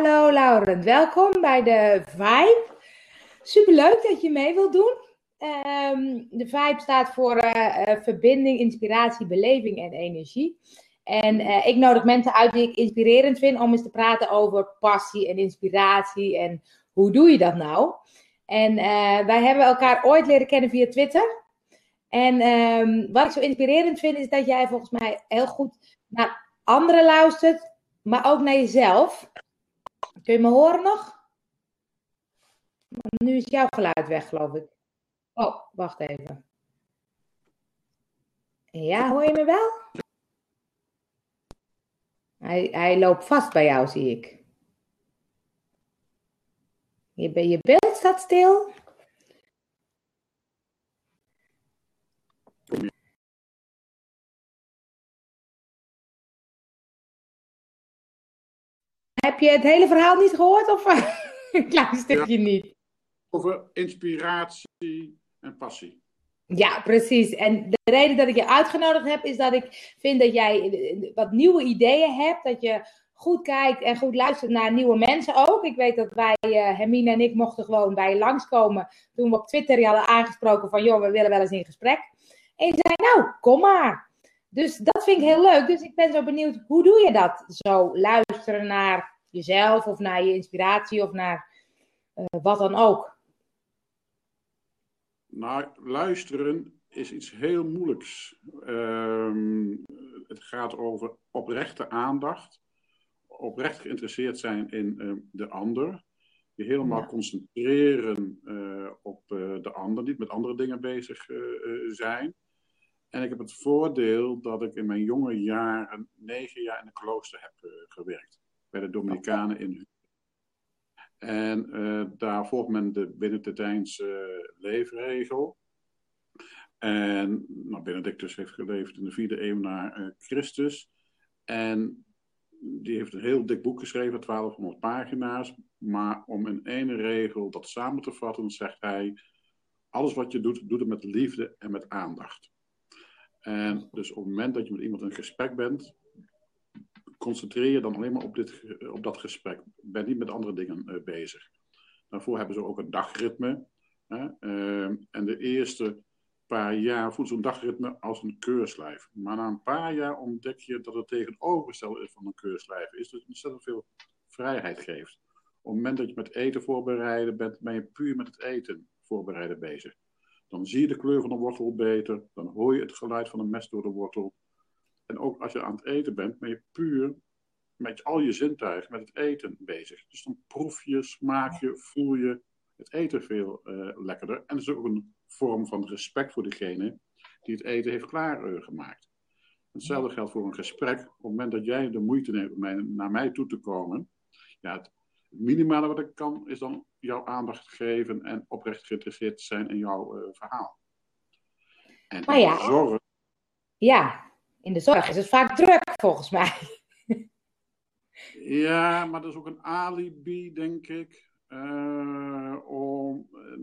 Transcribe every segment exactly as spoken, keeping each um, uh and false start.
Hallo Laurent, welkom bij de Vibe. Superleuk dat je mee wilt doen. Um, de Vibe staat voor uh, uh, verbinding, inspiratie, beleving en energie. En uh, ik nodig mensen uit die ik inspirerend vind om eens te praten over passie en inspiratie en hoe doe je dat nou? En uh, wij hebben elkaar ooit leren kennen via Twitter. En um, wat ik zo inspirerend vind is dat jij volgens mij heel goed naar anderen luistert, maar ook naar jezelf. Kun je me horen nog? Nu is jouw geluid weg, geloof ik. Oh, wacht even. Ja, hoor je me wel? Hij, hij loopt vast bij jou, zie ik. Je, je beeld staat stil. Heb je het hele verhaal niet gehoord of een klein stukje ja. niet? Over inspiratie en passie. Ja, precies. En de reden dat ik je uitgenodigd heb, is dat ik vind dat jij wat nieuwe ideeën hebt. Dat je goed kijkt en goed luistert naar nieuwe mensen ook. Ik weet dat wij, uh, Hermine en ik, mochten gewoon bij je langskomen. Toen we op Twitter je hadden aangesproken van, joh, we willen wel eens in gesprek. En je zei, nou, kom maar. Dus dat vind ik heel leuk. Dus ik ben zo benieuwd, hoe doe je dat? Zo luisteren naar jezelf of naar je inspiratie of naar uh, wat dan ook. Nou, luisteren is iets heel moeilijks. Um, het gaat over oprechte aandacht. Oprecht geïnteresseerd zijn in uh, de ander. Je helemaal ja. concentreren uh, op uh, de ander. Niet met andere dingen bezig uh, uh, zijn. En ik heb het voordeel dat ik in mijn jonge jaren negen jaar in een klooster heb uh, gewerkt. Bij de Dominicanen in Utrecht. En uh, daar volgt men de Benedictijnse uh, leefregel. En nou, Benedictus heeft geleefd in de vierde eeuw na uh, Christus. En die heeft een heel dik boek geschreven, twaalfhonderd pagina's. Maar om in één regel dat samen te vatten, zegt hij: alles wat je doet, doe het met liefde en met aandacht. En dus op het moment dat je met iemand in gesprek bent, concentreer je dan alleen maar op, dit, op dat gesprek. Ben niet met andere dingen uh, bezig. Daarvoor hebben ze ook een dagritme. Hè? Uh, en de eerste paar jaar voelt zo'n dagritme als een keurslijf. Maar na een paar jaar ontdek je dat het tegenovergestelde van een keurslijf is. Dus het ontzettend veel vrijheid geeft. Op het moment dat je met eten voorbereiden bent, ben je puur met het eten voorbereiden bezig. Dan zie je de kleur van de wortel beter. Dan hoor je het geluid van een mes door de wortel. En ook als je aan het eten bent, ben je puur met al je zintuigen met het eten bezig. Dus dan proef je, smaak je, voel je het eten veel uh, lekkerder. En dat is ook een vorm van respect voor degene die het eten heeft klaargemaakt. Uh, Hetzelfde geldt voor een gesprek. Op het moment dat jij de moeite neemt om mij, naar mij toe te komen, ja, het minimale wat ik kan is dan jouw aandacht geven en oprecht geïnteresseerd zijn in jouw uh, verhaal. En maar ja, zorgen. Ja, in de zorg is het vaak druk volgens mij. Ja, maar dat is ook een alibi, denk ik, uh, om uh,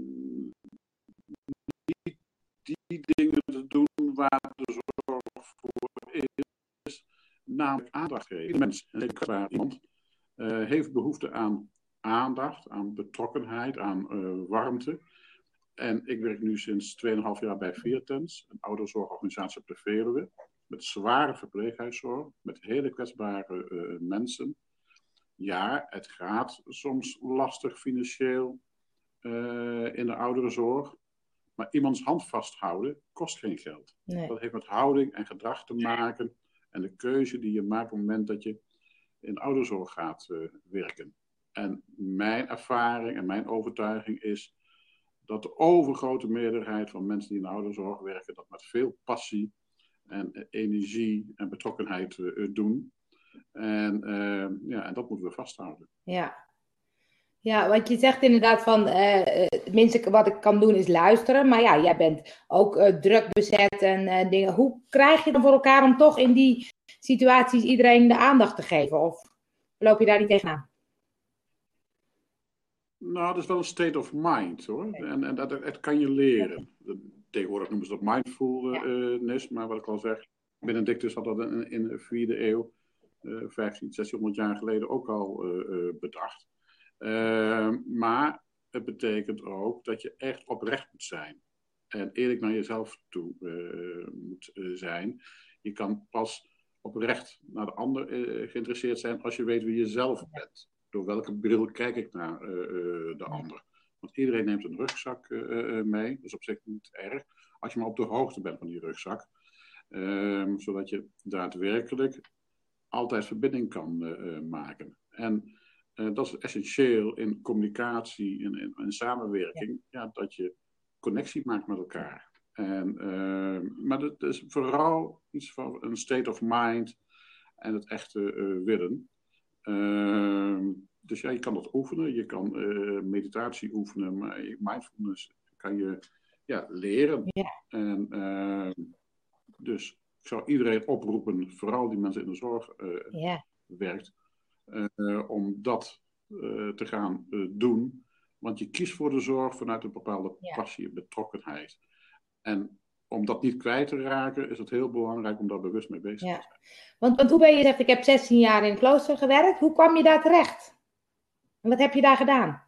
niet die dingen te doen waar de zorg voor is, namelijk aandacht geven. Mensen, zeker waar iemand, uh, heeft behoefte aan aandacht, aan betrokkenheid, aan uh, warmte. En ik werk nu sinds twee komma vijf jaar bij Veertens, een ouderenzorgorganisatie op de Veluwe. Met zware verpleeghuiszorg, met hele kwetsbare uh, mensen. Ja, het gaat soms lastig financieel uh, in de ouderenzorg. Maar iemands hand vasthouden kost geen geld. Nee. Dat heeft met houding en gedrag te maken. En de keuze die je maakt op het moment dat je in de ouderenzorg gaat uh, werken. En mijn ervaring en mijn overtuiging is dat de overgrote meerderheid van mensen die in de ouderenzorg werken, dat met veel passie en energie en betrokkenheid uh, doen. En, uh, ja, en dat moeten we vasthouden. Ja. Ja, want je zegt inderdaad van, uh, het minste wat ik kan doen is luisteren. Maar ja, jij bent ook uh, druk bezet en uh, dingen. Hoe krijg je dan voor elkaar om toch in die situaties iedereen de aandacht te geven? Of loop je daar niet tegenaan? Nou, dat is wel een state of mind, hoor. Okay. En, en dat, dat kan je leren. Tegenwoordig noemen ze dat mindfulness, ja. Maar wat ik al zeg, Benedictus had dat in, in de vierde eeuw. uh, vijftien, zestienhonderd jaar geleden ook al uh, uh, bedacht. Uh, maar het betekent ook dat je echt oprecht moet zijn. En eerlijk naar jezelf toe uh, moet uh, zijn. Je kan pas oprecht naar de ander uh, geïnteresseerd zijn als je weet wie je zelf bent. Door welke bril kijk ik naar uh, uh, de ander. Want iedereen neemt een rugzak uh, uh, mee. Dat is op zich niet erg. Als je maar op de hoogte bent van die rugzak. Uh, zodat je daadwerkelijk altijd verbinding kan uh, maken. En uh, dat is essentieel in communicatie en in, in, in samenwerking. Ja. Ja, dat je connectie maakt met elkaar. En, uh, maar dat is vooral iets van een state of mind en het echte uh, willen. Uh, dus ja, je kan dat oefenen. Je kan uh, meditatie oefenen, maar mindfulness kan je ja, leren. Ja. En, uh, dus ik zou iedereen oproepen, vooral die mensen in de zorg uh, ja. werkt, uh, om dat uh, te gaan uh, doen. Want je kiest voor de zorg vanuit een bepaalde ja. passie en betrokkenheid. En om dat niet kwijt te raken, is het heel belangrijk om daar bewust mee bezig ja. te zijn. Want, want hoe ben je zegt, ik heb zestien jaar in een klooster gewerkt. Hoe kwam je daar terecht? En wat heb je daar gedaan?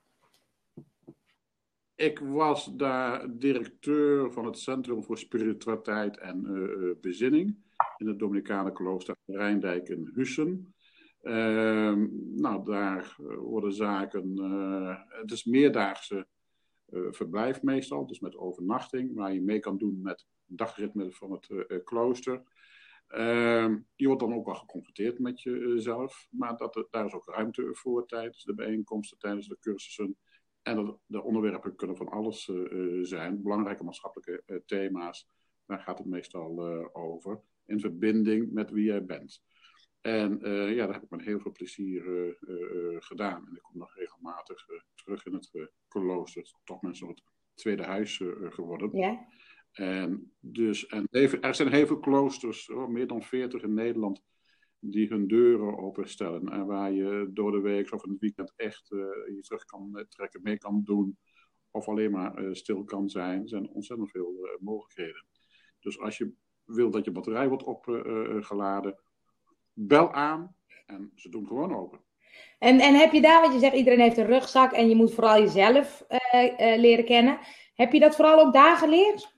Ik was daar directeur van het Centrum voor Spiritualiteit en uh, Bezinning in het Dominicanen klooster Rijndijk in Hussen. Uh, nou, daar worden zaken, uh, het is meerdaagse uh, verblijf meestal, dus met overnachting, waar je mee kan doen met dagritme van het uh, klooster. Uh, je wordt dan ook wel geconfronteerd met jezelf, maar dat, daar is ook ruimte voor tijdens de bijeenkomsten, tijdens de cursussen. En dat, de onderwerpen kunnen van alles uh, zijn, belangrijke maatschappelijke uh, thema's, daar gaat het meestal uh, over, in verbinding met wie jij bent. En uh, ja, dat heb ik met heel veel plezier uh, uh, gedaan. En ik kom nog regelmatig uh, terug in het uh, klooster. Het is toch mijn soort tweede huis uh, geworden. Ja. En, dus, en even, er zijn heel veel kloosters, oh, meer dan veertig in Nederland, die hun deuren openstellen. En waar je door de week of in het weekend echt uh, je terug kan trekken, mee kan doen. Of alleen maar uh, stil kan zijn. Er zijn ontzettend veel uh, mogelijkheden. Dus als je wil dat je batterij wordt opgeladen, uh, bel aan en ze doen gewoon open. En, en heb je daar, want je zegt iedereen heeft een rugzak en je moet vooral jezelf uh, uh, leren kennen. Heb je dat vooral ook daar geleerd?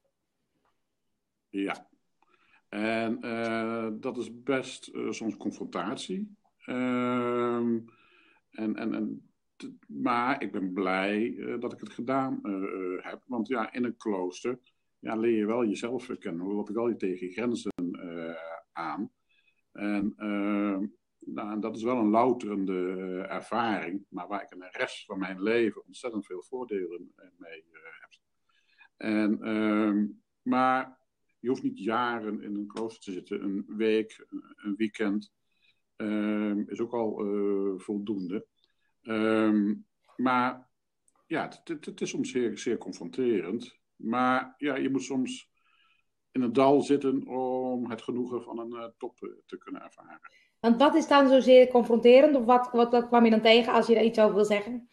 Ja. En uh, dat is best uh, soms confrontatie. Uh, en, en, en, t- maar ik ben blij uh, dat ik het gedaan uh, heb. Want ja, in een klooster ja, leer je wel jezelf kennen. Dan loop je wel je tegen je grenzen uh, aan. En uh, nou, dat is wel een louterende uh, ervaring. Maar waar ik in de rest van mijn leven ontzettend veel voordelen mee uh, heb. En, uh, maar... Je hoeft niet jaren in een klooster te zitten. Een week, een weekend uh, is ook al uh, voldoende. Um, maar ja, het is soms zeer, zeer confronterend. Maar ja, je moet soms in het dal zitten om het genoegen van een uh, top uh, te kunnen ervaren. Want wat is dan zozeer confronterend? Of wat, wat, wat kwam je dan tegen als je daar iets over wil zeggen?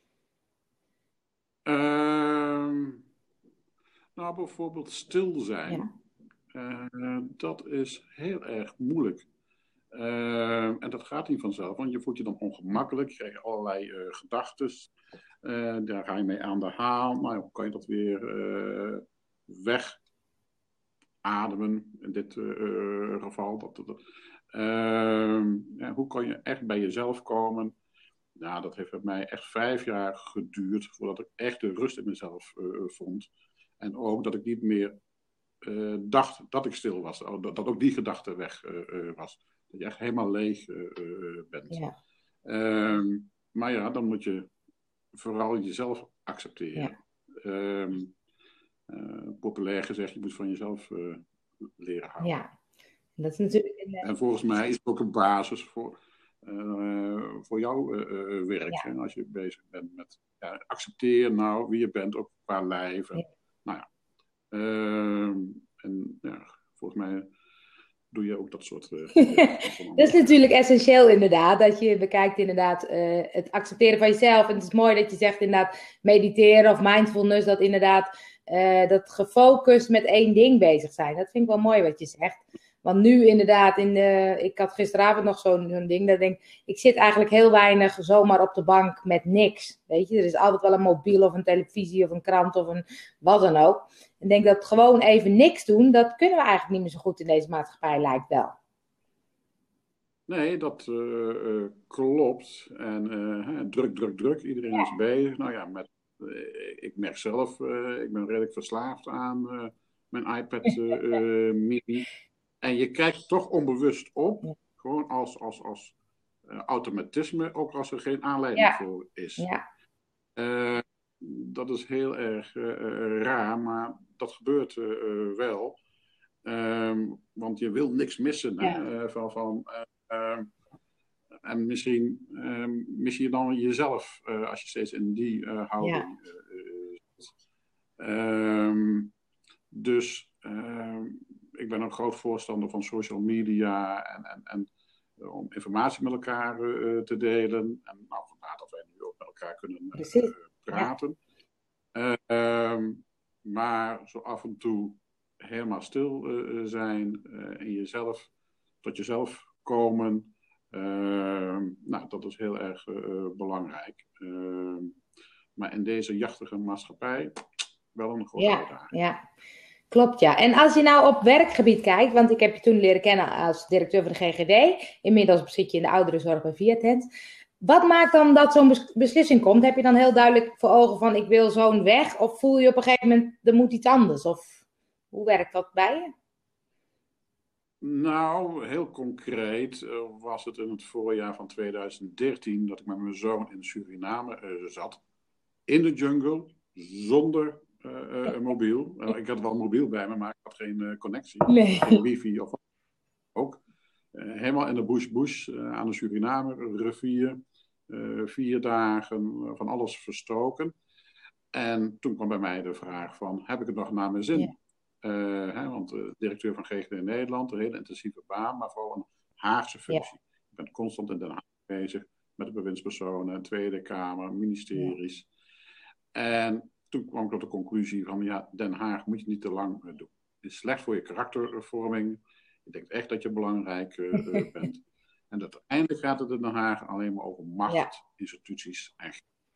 Um, nou, bijvoorbeeld stil zijn. Ja. Uh, dat is heel erg moeilijk. Uh, en dat gaat niet vanzelf, want je voelt je dan ongemakkelijk. Je krijgt allerlei uh, gedachten. Uh, daar ga je mee aan de haal. Maar hoe kan je dat weer uh, wegademen in dit uh, geval? Dat, dat, uh, ja, hoe kan je echt bij jezelf komen? Nou, dat heeft bij mij echt vijf jaar geduurd voordat ik echt de rust in mezelf uh, vond. En ook dat ik niet meer uh, dacht dat ik stil was. Dat, dat ook die gedachte weg uh, uh, was. Dat je echt helemaal leeg uh, uh, bent. Ja. Um, maar ja, dan moet je vooral jezelf accepteren. Ja. Um, uh, populair gezegd, je moet van jezelf uh, leren houden. Ja, dat is natuurlijk... Een... En volgens mij is het ook een basis voor, uh, voor jouw uh, uh, werk. Ja. En als je bezig bent met ja, accepteer nou wie je bent, ook qua lijf. En, Ja. Nou ja. Uh, en ja, volgens mij doe je ook dat soort... Uh, dat is natuurlijk essentieel inderdaad, dat je bekijkt inderdaad uh, het accepteren van jezelf. En het is mooi dat je zegt inderdaad mediteren of mindfulness, dat inderdaad uh, dat gefocust met één ding bezig zijn. Dat vind ik wel mooi wat je zegt. Want nu inderdaad, in de, ik had gisteravond nog zo'n, zo'n ding, dat ik denk, ik zit eigenlijk heel weinig zomaar op de bank met niks. Weet je, er is altijd wel een mobiel of een televisie of een krant of een wat dan ook. Ik denk dat gewoon even niks doen, dat kunnen we eigenlijk niet meer zo goed in deze maatschappij, lijkt wel. Nee, dat uh, uh, klopt. En uh, druk, druk, druk. Iedereen ja. is bezig. Nou ja, met, uh, ik merk zelf, uh, ik ben redelijk verslaafd aan uh, mijn iPad uh, uh, mini. En je kijkt toch onbewust op, ja. gewoon als, als, als uh, automatisme, ook als er geen aanleiding ja. voor is. Ja. Uh, dat is heel erg uh, uh, raar, maar dat gebeurt uh, uh, wel. Um, want je wil niks missen ja. hè, uh, van... van uh, Uh, en misschien uh, mis je dan jezelf uh, als je steeds in die uh, houding ja. uh, zit. Uh, dus uh, ik ben een groot voorstander van social media en, en, en uh, om informatie met elkaar uh, te delen. En nou, vandaar dat wij nu ook met elkaar kunnen uh, praten. Ja. Uh, um, maar zo af en toe helemaal stil uh, zijn uh, en jezelf tot jezelf komen. Uh, nou, dat is heel erg uh, belangrijk. Uh, maar in deze jachtige maatschappij wel een grote ja, uitdaging. Ja, klopt ja. En als je nou op werkgebied kijkt, want ik heb je toen leren kennen als directeur van de G G D. Inmiddels zit je in de ouderenzorg bij Viatent. Wat maakt dan dat zo'n beslissing komt? Heb je dan heel duidelijk voor ogen van ik wil zo'n weg? Of voel je op een gegeven moment er moet iets anders? Of hoe werkt dat bij je? Nou, heel concreet uh, was het in het voorjaar van tweeduizend dertien dat ik met mijn zoon in Suriname uh, zat. In de jungle, zonder uh, uh, een mobiel. Uh, ik had wel een mobiel bij me, maar ik had geen uh, connectie. Nee. Geen wifi of wat ook. Uh, helemaal in de bush bush uh, aan de Suriname, rivier. Uh, vier dagen uh, van alles verstoken. En toen kwam bij mij de vraag van, heb ik het nog naar mijn zin? Ja. Uh, hè, want de uh, directeur van G G D in Nederland, een hele intensieve baan, maar vooral een Haagse functie. Ja. Ik ben constant in Den Haag bezig met de bewindspersonen, Tweede Kamer, ministeries. Ja. En toen kwam ik tot de conclusie van, ja, Den Haag moet je niet te lang uh, doen. Het is slecht voor je karaktervorming. Je denkt echt dat je belangrijk uh, uh, bent. En uiteindelijk gaat het in Den Haag alleen maar over macht, ja. instituties en...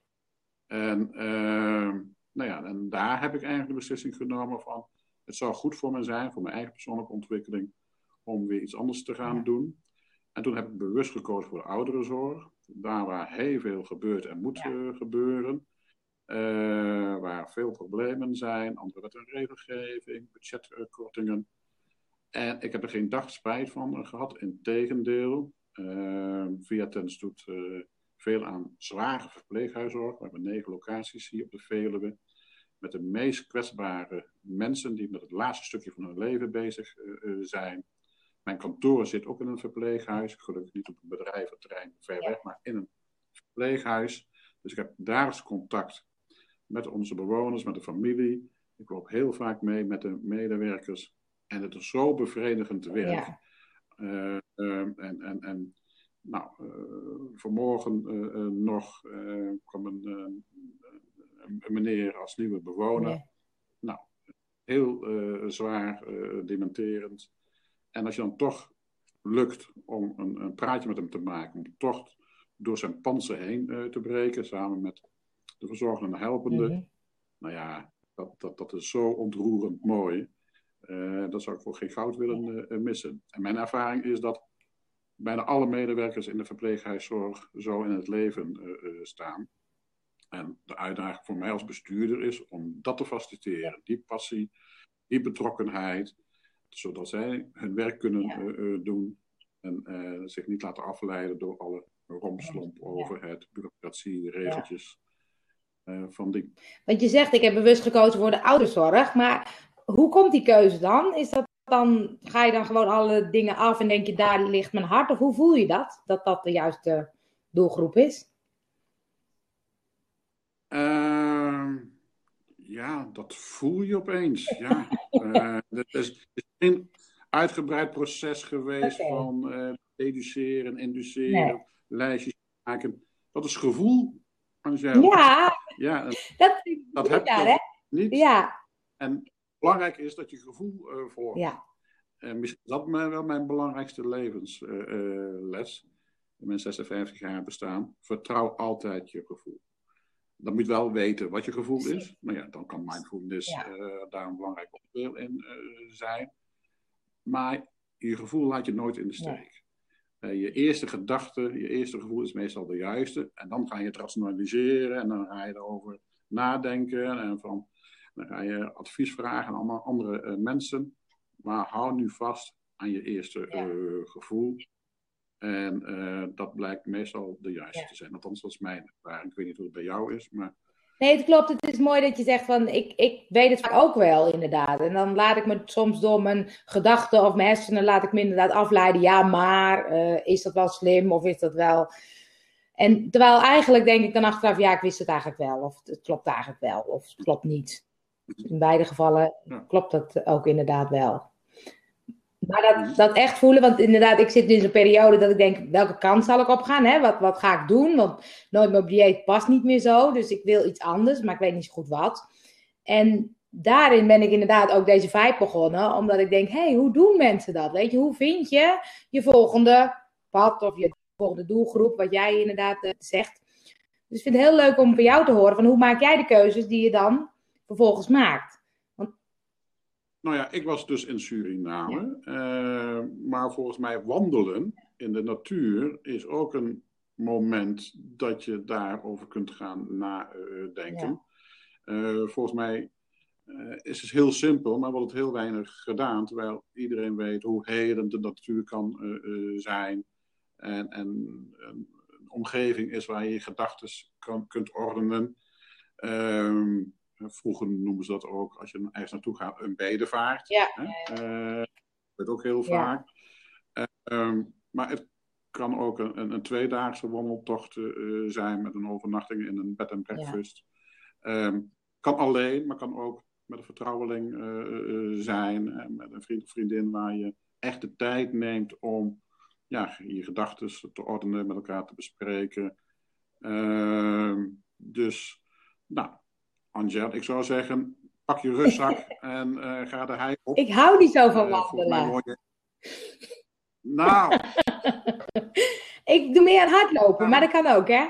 En, uh, nou ja, en daar heb ik eigenlijk de beslissing genomen van... Het zou goed voor me zijn, voor mijn eigen persoonlijke ontwikkeling, om weer iets anders te gaan ja. doen. En toen heb ik bewust gekozen voor de ouderenzorg. Daar waar heel veel gebeurt en moet ja. uh, gebeuren. Uh, waar veel problemen zijn, andere wet en regelgeving, budgetkortingen. En ik heb er geen dag spijt van uh, gehad, integendeel. Uh, Viatent doet uh, veel aan zware verpleeghuiszorg. We hebben negen locaties hier op de Veluwe. Met de meest kwetsbare mensen die met het laatste stukje van hun leven bezig uh, zijn. Mijn kantoor zit ook in een verpleeghuis. Gelukkig niet op een bedrijventerrein ver weg, maar in een verpleeghuis. Dus ik heb dagelijks contact met onze bewoners, met de familie. Ik loop heel vaak mee met de medewerkers. En het is zo bevredigend werk. Ja. Uh, uh, en, en, en nou, uh, vanmorgen uh, uh, nog uh, kwam een... Uh, een meneer als nieuwe bewoner. Ja. Nou, heel uh, zwaar, uh, dementerend. En als je dan toch lukt om een, een praatje met hem te maken, om toch door zijn panzer heen uh, te breken, samen met de verzorgende en de helpende. Mm-hmm. Nou ja, dat, dat, dat is zo ontroerend mooi. Uh, dat zou ik voor geen goud willen uh, missen. En mijn ervaring is dat bijna alle medewerkers in de verpleeghuiszorg zo in het leven uh, uh, staan. En de uitdaging voor mij als bestuurder is om dat te faciliteren. Die passie, die betrokkenheid. Zodat zij hun werk kunnen ja. uh, uh, doen. En uh, zich niet laten afleiden door alle rompslomp, ja. overheid, bureaucratie, regeltjes. Ja. Uh, van die. Want je zegt, ik heb bewust gekozen voor de ouderenzorg. Maar hoe komt die keuze dan? Is dat dan, ga je dan gewoon alle dingen af en denk je, daar ligt mijn hart? Of hoe voel je dat? Dat dat de juiste doelgroep is? Uh, ja, dat voel je opeens. Ja. uh, het is, is geen uitgebreid proces geweest okay. van uh, educeren, induceren, nee. lijstjes maken. Dat is gevoel van jezelf. Ja, ja dat, dat heb je hè? niet. Ja. En belangrijk is dat je gevoel uh, volgt. Ja. En misschien is dat wel mijn belangrijkste levensles. Uh, in mijn zesenvijftig jaar bestaan. Vertrouw altijd je gevoel. Dan moet je wel weten wat je gevoel is. Maar ja, dan kan mindfulness ja. uh, daar een belangrijk onderdeel in uh, zijn. Maar je gevoel laat je nooit in de steek. Ja. Uh, je eerste gedachte, je eerste gevoel is meestal de juiste. En dan ga je het rationaliseren. En dan ga je erover nadenken. En van, dan ga je advies vragen aan allemaal andere uh, mensen. Maar hou nu vast aan je eerste ja. uh, gevoel. En uh, dat blijkt meestal de juiste ja. te zijn. Althans, dat is mijn ervaring. Ik weet niet hoe het bij jou is, maar... Nee, het klopt. Het is mooi dat je zegt van... Ik, ik weet het vaak ook wel, inderdaad. En dan laat ik me soms door mijn gedachten of mijn hersenen... laat ik me inderdaad afleiden. Ja, maar uh, is dat wel slim of is dat wel... En terwijl eigenlijk denk ik dan achteraf... Ja, ik wist het eigenlijk wel. Of het klopt eigenlijk wel. Of het klopt niet. In beide gevallen ja. klopt dat ook inderdaad wel. Maar dat, dat echt voelen, want inderdaad, ik zit nu in zo'n periode dat ik denk, welke kant zal ik opgaan? Hè? Wat, wat ga ik doen? Want nooit meer op dieet past niet meer zo, dus ik wil iets anders, maar ik weet niet zo goed wat. En daarin ben ik inderdaad ook deze vibe begonnen, omdat ik denk, hé, hey, hoe doen mensen dat? Weet je, hoe vind je je volgende pad of je volgende doelgroep, wat jij inderdaad uh, zegt. Dus ik vind het heel leuk om van jou te horen, van hoe maak jij de keuzes die je dan vervolgens maakt? Nou ja, ik was dus in Suriname. Ja. Uh, maar volgens mij wandelen in de natuur is ook een moment dat je daarover kunt gaan nadenken. Ja. Uh, volgens mij uh, is het heel simpel, maar wordt het heel weinig gedaan. Terwijl iedereen weet hoe helend de natuur kan uh, uh, zijn. En, en een, een omgeving is waar je je gedachten kan, kunt ordenen. Uh, Vroeger noemen ze dat ook, als je ergens naartoe gaat, een bedevaart. Ja. Uh, dat gebeurt ook heel vaak. Ja. Uh, um, maar het kan ook een, een, een tweedaagse wandeltocht uh, zijn met een overnachting in een bed and breakfast. Ja. Um, kan alleen, maar kan ook met een vertrouweling uh, uh, zijn. En met een vriend of vriendin waar je echt de tijd neemt om ja, je gedachten te ordenen, met elkaar te bespreken. Uh, dus, nou... Angel, ik zou zeggen, pak je rugzak en uh, ga de hei op. Ik hou niet zo van wandelen. Uh, je... Nou. Ik doe meer aan hardlopen, ja, maar dat kan ook, hè?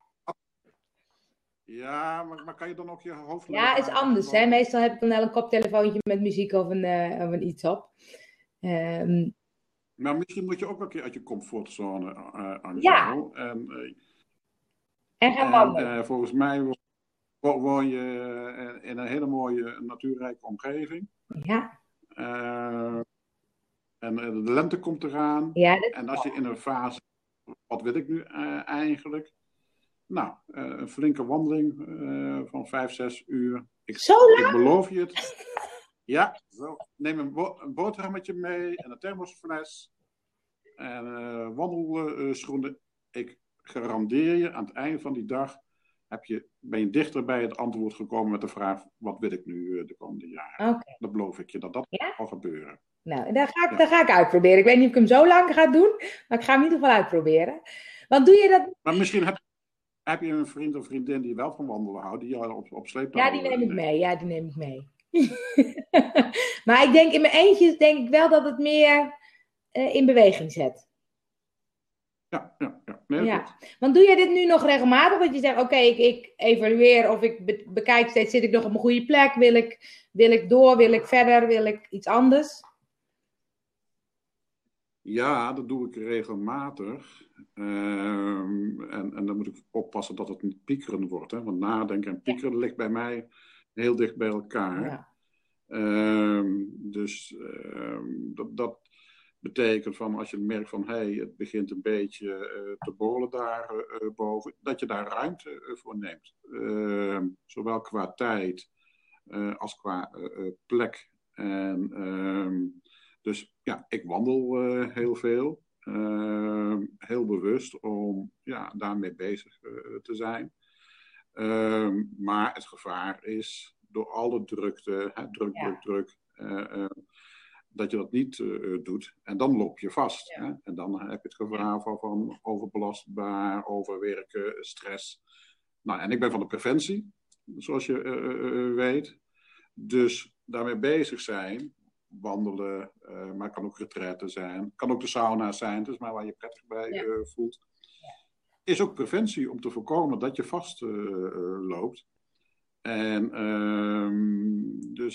Ja, maar, maar kan je dan ook je hoofd... Ja, is anders, hè? Meestal heb ik dan wel een koptelefoontje met muziek of een, uh, of een iets op. Um... Maar misschien moet je ook wel een keer uit je comfortzone, uh, Angel. Ja. En, uh, en gaan wandelen. En, uh, volgens mij... woon je in een hele mooie natuurrijke omgeving. Ja. Uh, en de lente komt eraan. Ja, dat... En als je in een fase... Wat wil ik nu uh, eigenlijk? Nou, uh, een flinke wandeling uh, van vijf, zes uur. Ik, zo lang? Ik beloof je het. Ja, zo. Neem een, bo- een boterhammetje mee en een thermosfles. En uh, wandelschoenen. Ik garandeer je aan het einde van die dag... Heb je, ben je dichter bij het antwoord gekomen met de vraag... wat wil ik nu de komende jaren? Okay. Dat beloof ik je, dat dat ja? zal gebeuren. Nou, daar ga, ik, ja. daar ga ik uitproberen. Ik weet niet of ik hem zo lang ga doen... maar ik ga hem in ieder geval uitproberen. Want doe je dat... Maar misschien heb, heb je een vriend of vriendin... die wel van wandelen houdt... die jou op, op sleeptouw... Ja, die neem ik mee. Ja, die neem ik mee. Maar ik denk in mijn eentje... denk ik wel dat het meer uh, in beweging zet. Ja, ja, ja. Nee, ja. Want doe jij dit nu nog regelmatig? Dat je zegt, oké, okay, ik, ik evalueer of ik be- bekijk steeds, zit ik nog op een goede plek? Wil ik, wil ik door? Wil ik verder? Wil ik iets anders? Ja, dat doe ik regelmatig. Um, en, en dan moet ik oppassen dat het niet piekeren wordt. Hè? Want nadenken en piekeren ja. ligt bij mij heel dicht bij elkaar. Ja. Um, dus um, dat... dat betekent van als je merkt van hé, hey, het begint een beetje uh, te borrelen daar uh, boven, dat je daar ruimte uh, voor neemt. Uh, zowel qua tijd uh, als qua uh, plek. En, uh, dus ja, ik wandel uh, heel veel. Uh, heel bewust om ja, daarmee bezig uh, te zijn. Uh, maar het gevaar is door alle drukte, hè, druk, ja. druk, druk. Uh, uh, dat je dat niet uh, doet. En dan loop je vast. Ja. Hè? En dan heb je het gevaar van, van overbelastbaar, overwerken, stress. Nou, en ik ben van de preventie, zoals je uh, uh, weet. Dus daarmee bezig zijn wandelen, uh, maar het kan ook retraite zijn. Het kan ook de sauna zijn, dus maar waar je prettig bij ja. uh, voelt. Is ook preventie om te voorkomen dat je vast uh, uh, loopt. En uh, dus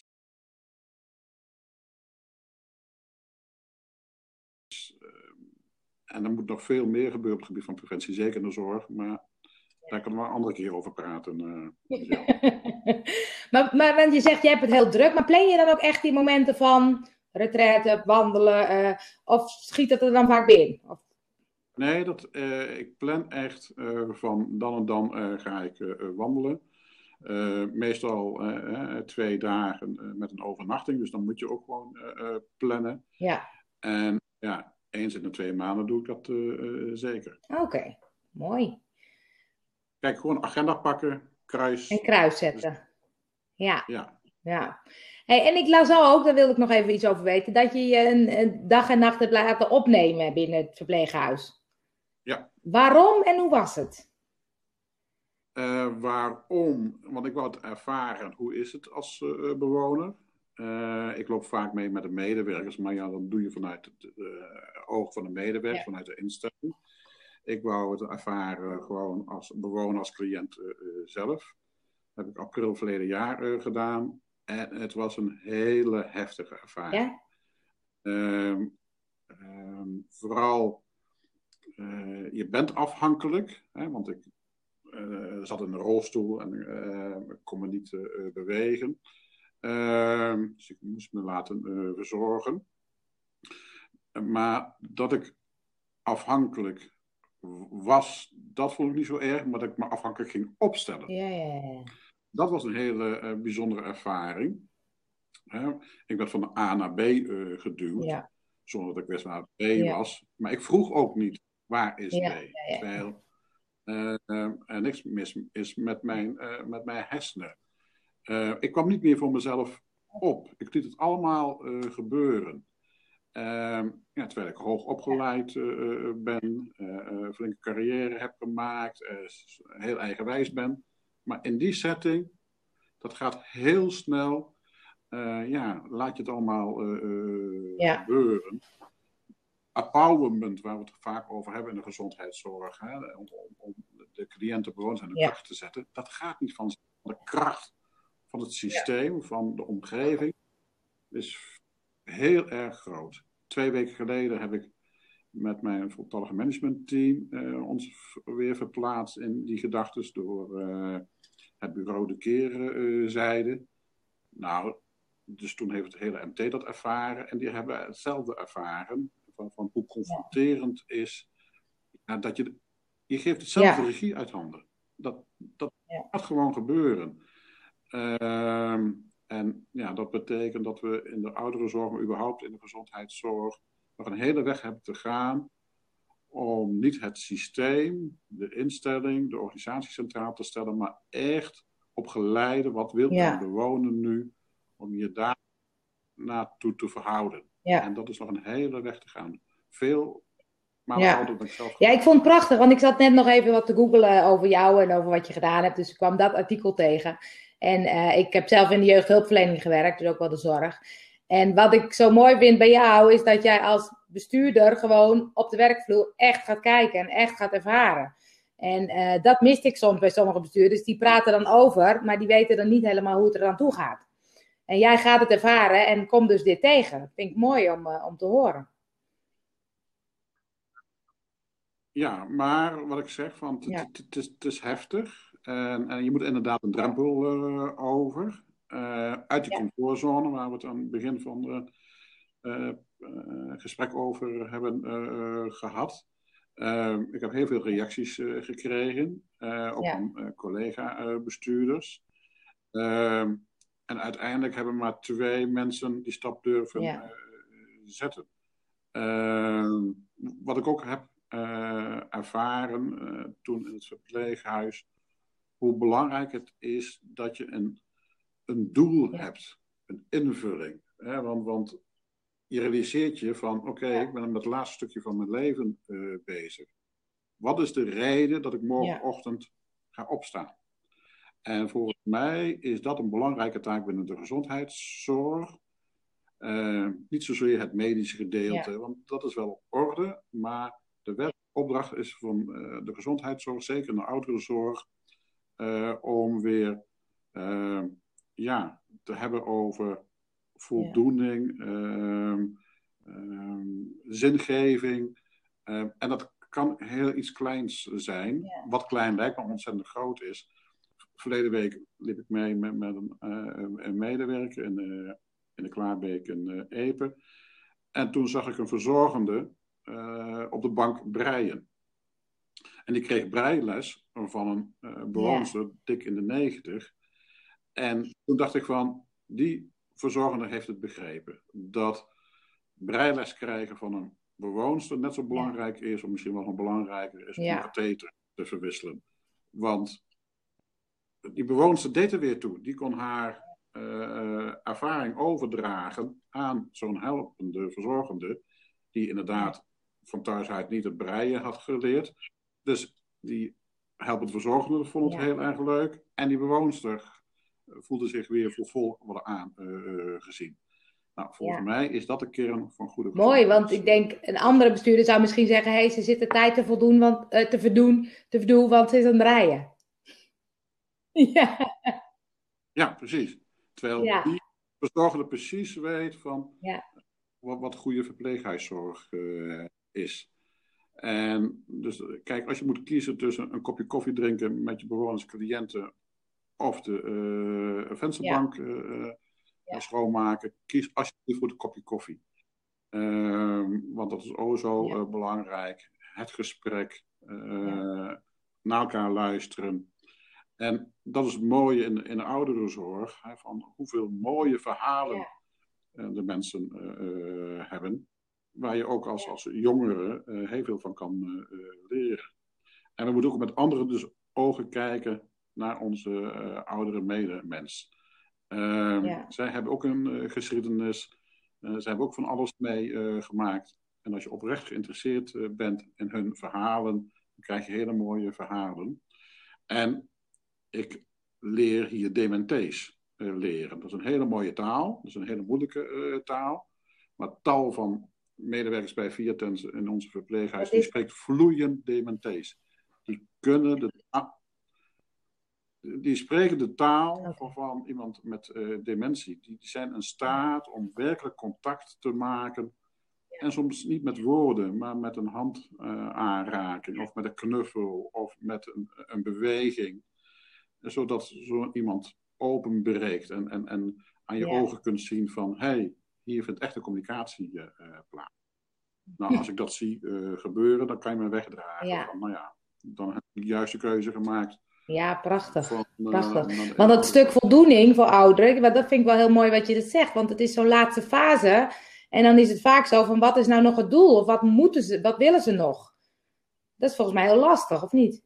uh, en er moet nog veel meer gebeuren op het gebied van preventie, zeker in de zorg, maar daar kunnen we een andere keer over praten. Uh, ja. maar, maar want je zegt, je hebt het heel druk, maar plan je dan ook echt die momenten van retraite, wandelen, uh, of schiet het er dan vaak in? Of... Nee, dat, uh, ik plan echt uh, van dan en dan uh, ga ik uh, wandelen. Uh, meestal uh, uh, twee dagen uh, met een overnachting, dus dan moet je ook gewoon uh, uh, plannen. Ja. En ja, eens in de twee maanden doe ik dat uh, uh, zeker. Oké, okay. Mooi. Kijk, gewoon agenda pakken, kruis. En kruis zetten. Ja. Ja. ja. Hey, en ik las ook, daar wilde ik nog even iets over weten, dat je je een, een dag en nacht hebt laten opnemen binnen het verpleeghuis. Ja. Waarom en hoe was het? Uh, waarom? Want ik wou het ervaren. Hoe is het als uh, bewoner? Uh, ik loop vaak mee met de medewerkers, maar ja, dat doe je vanuit het uh, oog van de medewerker, ja. vanuit de instelling. Ik wou het ervaren gewoon als bewoner, als cliënt uh, zelf. Dat heb ik april verleden jaar uh, gedaan. En het was een hele heftige ervaring. Ja? Um, um, vooral, uh, je bent afhankelijk, hè, want ik uh, zat in een rolstoel en uh, ik kon me niet uh, bewegen. Uh, dus ik moest me laten uh, verzorgen. Maar dat ik afhankelijk was, dat vond ik niet zo erg, maar dat ik me afhankelijk ging opstellen. Ja, ja, ja. Dat was een hele uh, bijzondere ervaring. Uh, ik werd van de A naar B uh, geduwd, ja. zonder dat ik wist waar B ja. was. Maar ik vroeg ook niet, waar is ja, B? Ja, ja. Terwijl uh, uh, er niks mis is met mijn, uh, met mijn hersenen. Uh, ik kwam niet meer voor mezelf op. Ik liet het allemaal uh, gebeuren. Uh, ja, terwijl ik hoog opgeleid uh, ben, uh, uh, flinke carrière heb gemaakt, uh, heel eigenwijs ben. Maar in die setting, dat gaat heel snel, uh, ja, laat je het allemaal uh, ja. gebeuren. Empowerment, waar we het vaak over hebben in de gezondheidszorg, hè, om, om de cliënten bewoners aan de ja. kracht te zetten, dat gaat niet van de kracht van het systeem, ja. van de omgeving, is heel erg groot. Twee weken geleden heb ik met mijn voltallige managementteam uh, ons weer verplaatst in die gedachtes door uh, het bureau de keren uh, zeiden. Nou, dus toen heeft het hele M T dat ervaren en die hebben hetzelfde ervaren. Van, van hoe confronterend ja. is. Ja, dat je, je geeft hetzelfde ja. regie uit handen. Dat, dat ja. gaat gewoon gebeuren. Uh, en ja, dat betekent dat we in de ouderenzorg, maar überhaupt in de gezondheidszorg, nog een hele weg hebben te gaan om niet het systeem, de instelling, de organisatie centraal te stellen, maar echt op geleide, wat wil ja. een bewoner nu, om je daar naartoe te verhouden. Ja. En dat is nog een hele weg te gaan. Veel, maar ja. altijd ben ik zelf ja, ik vond het prachtig, want ik zat net nog even wat te googlen over jou en over wat je gedaan hebt, dus ik kwam dat artikel tegen. En uh, ik heb zelf in de jeugdhulpverlening gewerkt, dus ook wel de zorg. En wat ik zo mooi vind bij jou, is dat jij als bestuurder gewoon op de werkvloer echt gaat kijken en echt gaat ervaren. En uh, dat miste ik soms bij sommige bestuurders. Die praten dan over, maar die weten dan niet helemaal hoe het er aan toe gaat. En jij gaat het ervaren en komt dus dit tegen. Dat vind ik mooi om, uh, om te horen. Ja, maar wat ik zeg, van het ja. is heftig. En, en je moet inderdaad een drempel uh, over. Uh, uit die ja. comfortzone, waar we het aan het begin van het uh, uh, gesprek over hebben uh, gehad. Uh, ik heb heel veel reacties uh, gekregen, uh, ook ja. van uh, collega-bestuurders. Uh, en uiteindelijk hebben maar twee mensen die stap durven ja. uh, zetten. Uh, wat ik ook heb uh, ervaren uh, toen in het verpleeghuis, hoe belangrijk het is dat je een, een doel ja. hebt, een invulling. Hè? Want, want je realiseert je van, oké, okay, ja. ik ben met het laatste stukje van mijn leven uh, bezig. Wat is de reden dat ik morgenochtend ja. ga opstaan? En volgens mij is dat een belangrijke taak binnen de gezondheidszorg. Uh, niet zozeer het medische gedeelte, Ja. want dat is wel op orde, maar de werkopdracht is van uh, de gezondheidszorg, zeker de ouderenzorg, uh, om weer uh, ja, te hebben over voldoening, ja. uh, uh, zingeving. Uh, en dat kan heel iets kleins zijn, ja. wat klein lijkt, maar ontzettend groot is. Verleden week liep ik mee met, met een, uh, een medewerker in, uh, in de Klaarbeek in uh, Epe. En toen zag ik een verzorgende uh, op de bank breien. En die kreeg breiles van een uh, bewoonster, ja. dik in de negentig. En toen dacht ik van, die verzorgende heeft het begrepen. Dat breiles krijgen van een bewoonster net zo belangrijk is, of misschien wel nog belangrijker is, om ja. een katheter te verwisselen. Want die bewoonster deed er weer toe. Die kon haar uh, ervaring overdragen aan zo'n helpende verzorgende, die inderdaad van thuis uit niet het breien had geleerd. Dus die helpende verzorgende vond het ja. heel erg leuk. En die bewoonster voelde zich weer voor vol worden aangezien. Uh, nou, volgens ja. mij is dat de kern van goede Mooi, want ik denk, een andere bestuurder zou misschien zeggen, hey, ze zit de tijd te voldoen, want, uh, te verdoen, te verdoen, want ze is aan het breien. Ja. Ja, precies. Terwijl ja. die verzorgende precies weet van ja. wat, wat goede verpleeghuiszorg uh, is. En dus kijk, als je moet kiezen tussen een kopje koffie drinken met je bewoners, cliënten of de uh, vensterbank ja. uh, ja. schoonmaken, kies alsjeblieft voor het kopje koffie. Uh, want dat is oh zo ja. uh, belangrijk. Het gesprek, uh, ja. naar elkaar luisteren. En dat is het mooie in, in de ouderenzorg, hè, van hoeveel mooie verhalen ja. uh, de mensen uh, hebben, waar je ook als, als jongere uh, heel veel van kan uh, leren. En we moeten ook met andere dus ogen kijken naar onze uh, oudere medemens. Uh, ja. Zij hebben ook een uh, geschiedenis, uh, zij hebben ook van alles mee uh, gemaakt. En als je oprecht geïnteresseerd uh, bent in hun verhalen, dan krijg je hele mooie verhalen. En ik leer hier dementees uh, leren. Dat is een hele mooie taal. Dat is een hele moeilijke uh, taal. Maar tal van medewerkers bij Viatens in onze verpleeghuis, die spreekt vloeiend dementees. Die kunnen de ta- die spreken de taal van iemand met uh, dementie. Die zijn in staat om werkelijk contact te maken. En soms niet met woorden, maar met een handaanraking, uh, of met een knuffel, of met een, een beweging. Zodat zo iemand openbreekt en, en, en aan je ja. ogen kunt zien van, hé, hey, hier vindt echt een communicatie uh, plaats. Nou, als ik dat zie uh, gebeuren, dan kan je me wegdragen. Ja. Van, nou ja, dan heb ik de juiste keuze gemaakt. Ja, prachtig. Van, uh, prachtig. Want dat uh, stuk voldoening voor ouderen, dat vind ik wel heel mooi wat je dat zegt. Want het is zo'n laatste fase. En dan is het vaak zo van, wat is nou nog het doel? Of wat moeten ze, wat willen ze nog? Dat is volgens mij heel lastig, of niet?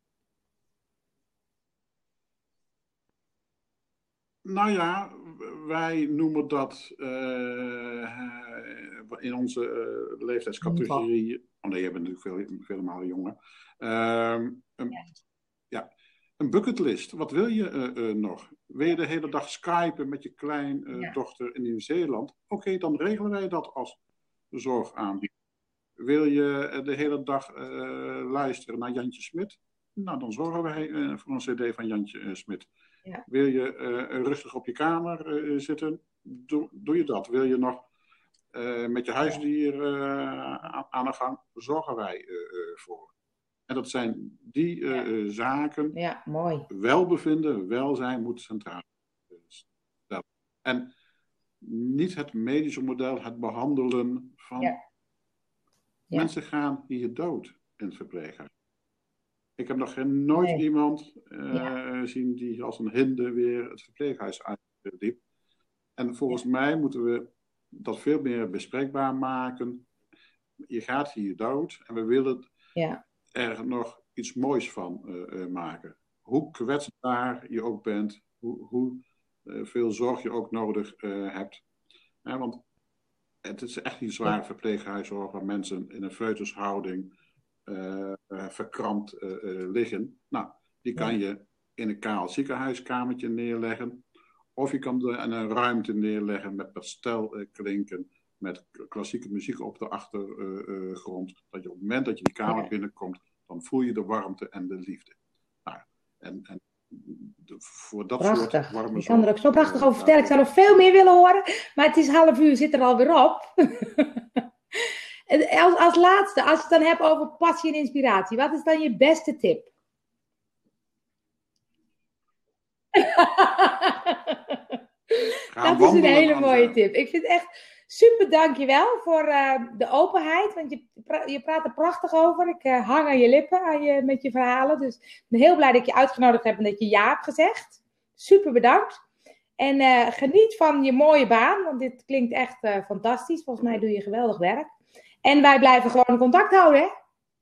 Nou ja, wij noemen dat uh, in onze uh, leeftijdscategorie, oh nee, je bent natuurlijk veel, vele malen jonger, uh, een, ja. ja, een bucketlist. Wat wil je uh, uh, nog? Wil je de hele dag skypen met je kleindochter uh, in Nieuw-Zeeland? Oké, okay, dan regelen wij dat als zorgaanbieder. Wil je uh, de hele dag uh, luisteren naar Jantje Smit? Nou, dan zorgen wij uh, voor een cd van Jantje uh, Smit. Ja. Wil je uh, rustig op je kamer uh, zitten, doe, doe je dat. Wil je nog uh, met je huisdier uh, aan de gang, zorgen wij uh, uh, voor. En dat zijn die uh, ja. uh, zaken. Ja, mooi. Welbevinden, welzijn moet centraal stellen. En niet het medische model, het behandelen van... Ja. Ja. Mensen gaan hier dood in het verpleeghuis. Ik heb nog geen, nooit nee. iemand uh, ja. zien die als een hinde weer het verpleeghuis uitliep. En volgens ja. mij moeten we dat veel meer bespreekbaar maken. Je gaat hier dood en we willen ja. er nog iets moois van uh, uh, maken. Hoe kwetsbaar je ook bent, hoe, hoe uh, veel zorg je ook nodig uh, hebt. Ja, want het is echt niet zwaar ja. verpleeghuiszorg waar mensen in een foetushouding Uh, uh, verkrampt uh, uh, liggen. Nou, die kan ja. je in een kaal ziekenhuiskamertje neerleggen. Of je kan er een ruimte neerleggen met pastelklinken, met klassieke muziek op de achtergrond. Dat je op het moment dat je die kamer Ja. binnenkomt, dan voel je de warmte en de liefde. Nou, en, en de, voor dat Prachtig. soort warme Ik kan er ook zo prachtig uh, over vertellen. Ik zou nog veel meer willen horen. Maar het is half uur, zit er alweer op. als, als laatste, als je het dan hebt over passie en inspiratie. Wat is dan je beste tip? Dat is een hele mooie tip. Ik vind het echt super dankjewel voor uh, de openheid. Want je, je praat er prachtig over. Ik uh, hang aan je lippen aan je, met je verhalen. Dus ik ben heel blij dat ik je uitgenodigd heb en dat je ja hebt gezegd. Super bedankt. En uh, geniet van je mooie baan. Want dit klinkt echt uh, fantastisch. Volgens mij doe je geweldig werk. En wij blijven gewoon in contact houden, hè?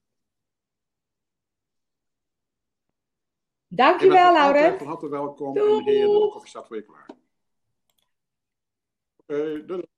Dankjewel, Laurens. Altijd van harte welkom. Doei. En de heer, de koffie staat voor je klaar. Oké, okay, doei.